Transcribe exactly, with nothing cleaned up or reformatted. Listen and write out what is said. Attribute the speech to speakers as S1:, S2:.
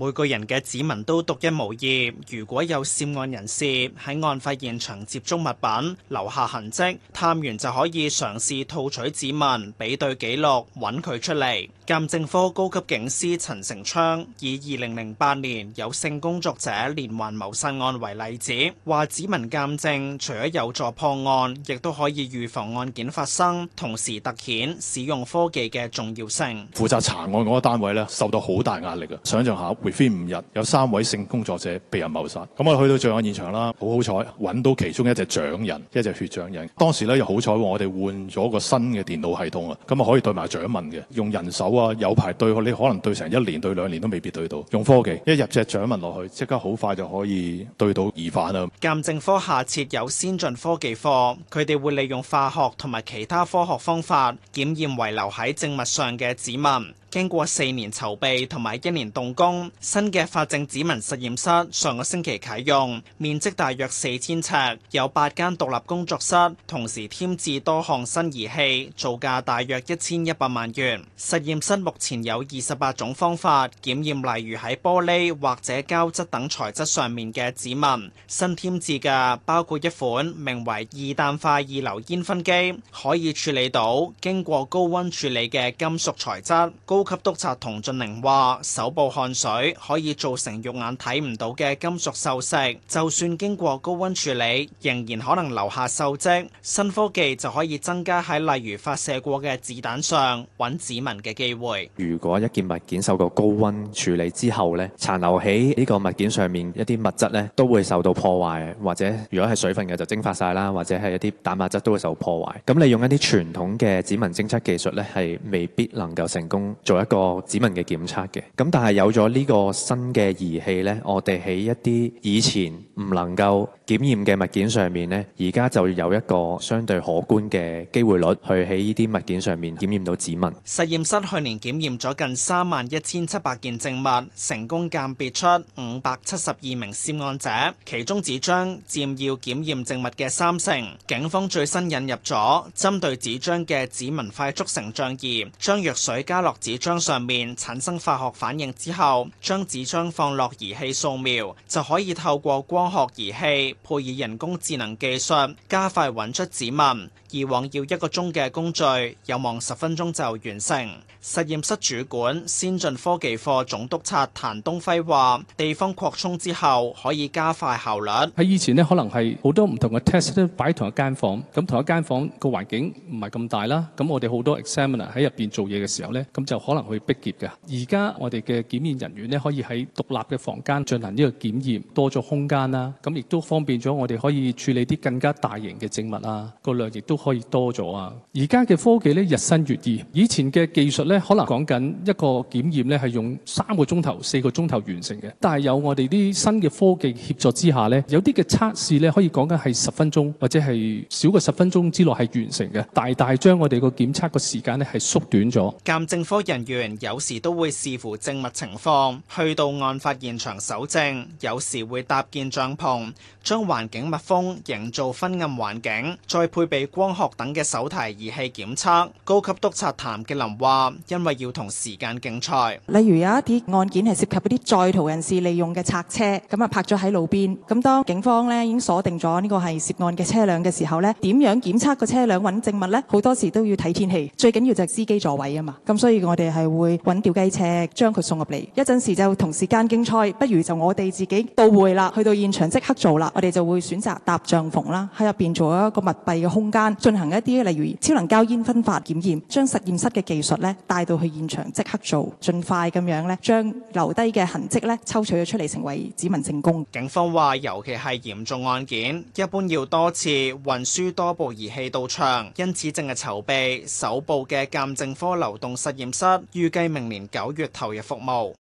S1: 每個人嘅指紋都獨一無二。如果有涉案人士喺案發現場接觸物品留下痕跡，探員就可以嘗試套取指紋，比對記錄，揾佢出嚟。鑑證科高級警司陳成昌以二零零八年有性工作者連環謀殺案為例子，話指紋鑑證除咗有助破案，亦都可以預防案件發生，同時突顯使用科技嘅重要性。
S2: 負責查案嗰個單位咧，受到好大壓力啊！想象下 within 五日有三位性工作者被人謀殺，咁我去到罪案現場啦，好好彩揾到其中一隻掌印，一隻血掌印。當時咧又好彩，我哋換咗個新嘅電腦系統啊，咁啊可以對埋掌紋嘅，用人手啊有排對，你可能對成一年對兩年都未必對到。用科技一入隻掌紋落去，即刻好快就可以對到疑犯啊！
S1: 鑑證科下設有先進科技課，佢哋會利用化學同埋其他科學方法檢驗遺留喺證物上嘅指紋。經過四年籌備同埋一年動工，新嘅法證指紋實驗室上個星期啟用，面積大約四千尺，有八間獨立工作室，同時添置多項新儀器，造價大約一千一百萬元。實驗室目前有二十八種方法檢驗，例如喺玻璃或者膠質等材質上面嘅指紋。新添置嘅包括一款名為二氮化二硫煙燻機，可以處理到經過高溫處理嘅金屬材質。高高級督察童俊寧話：手部汗水可以造成肉眼睇唔到嘅金屬鏽蝕，就算經過高溫處理，仍然可能留下鏽跡。新科技就可以增加喺例如發射過嘅子彈上揾指紋嘅機會。
S3: 如果一件物件受過高溫處理之後呢，殘留喺呢個物件上面一啲物質呢都會受到破壞，或者如果係水分嘅就蒸發晒啦，或者係一啲蛋白質都會受破壞。咁你用一啲傳統嘅指紋偵測技術呢，係未必能夠成功做一個指紋嘅檢測嘅。咁但係有咗呢個新嘅儀器呢，我哋喺一啲以前唔能夠檢驗嘅物件上面呢，而家就有一個相對可觀嘅機會率去喺呢啲物件上面檢驗到指紋。
S1: 實驗室去年檢驗咗近三萬一千七百件證物，成功鑑別出五百七十二名涉案者，其中紙張佔要檢驗證物嘅三成。警方最新引入咗針對紙張嘅指紋快速成像儀，將藥水加落紙張上面產生化學反應之後，將紙張放落儀器掃描，就可以透過光學儀器配以人工智能技術，加快揾出指紋。以往要一個鐘嘅工序，有望十分鐘就完成。實驗室主管先進科技課總督察譚東輝話：地方擴充之後，可以加快效率。
S4: 喺以前呢，可能係好多唔同嘅 test 都擺喺同一間房，咁同一間房個環境唔係咁大啦。咁我哋好多 examiner 喺入邊做嘢嘅時候呢，咁就可能會逼結嘅。而家我哋嘅檢驗人員呢，可以喺獨立嘅房間進行呢個檢驗，多咗空間啦。咁亦都方便咗我哋可以處理啲更加大型嘅證物啊，個量亦都可以多咗啊！而家嘅科技咧日新月異，以前嘅技術咧可能講緊一個檢驗咧係用三個鐘頭、四個鐘頭完成嘅，但係有我哋啲新嘅科技協助之下咧，有啲嘅測試咧可以講緊係十分鐘或者係少過十分鐘之內係完成嘅，大大將我哋個檢測個時間咧係縮短咗。
S1: 鑑證科人員有時都會視乎證物情況，去到案發現場搜證，有時會搭建帳篷，將環境密封，營造昏暗環境，再配備光學等嘅手提儀器檢測。高級督察譚傑林話：因為要同時間競賽，
S5: 例如有一啲案件係涉及一啲在逃人士利用嘅賊車，咁啊泊咗喺路邊。咁當警方咧已經鎖定咗呢個係涉案嘅車輛嘅時候咧，點樣檢測個車輛揾證物咧？好多時都要睇天氣，最緊要就係司機座位啊嘛。咁所以我哋係會揾吊雞車將佢送入嚟。一陣時就同時間競賽，不如就我哋自己到會啦，去到現場即刻做啦。我哋就會選擇搭帳篷啦，喺入邊做一個密閉嘅空間，進行一啲例如超能膠煙熏法檢驗，將實驗室嘅技術咧帶到去現場即刻做，盡快咁樣咧將留低嘅痕跡咧抽取咗出嚟，成為指紋證供。
S1: 警方話，尤其係嚴重案件，一般要多次運輸多部儀器到場，因此正係籌備首部嘅鑑證科流動實驗室，預計明年九月投入服務。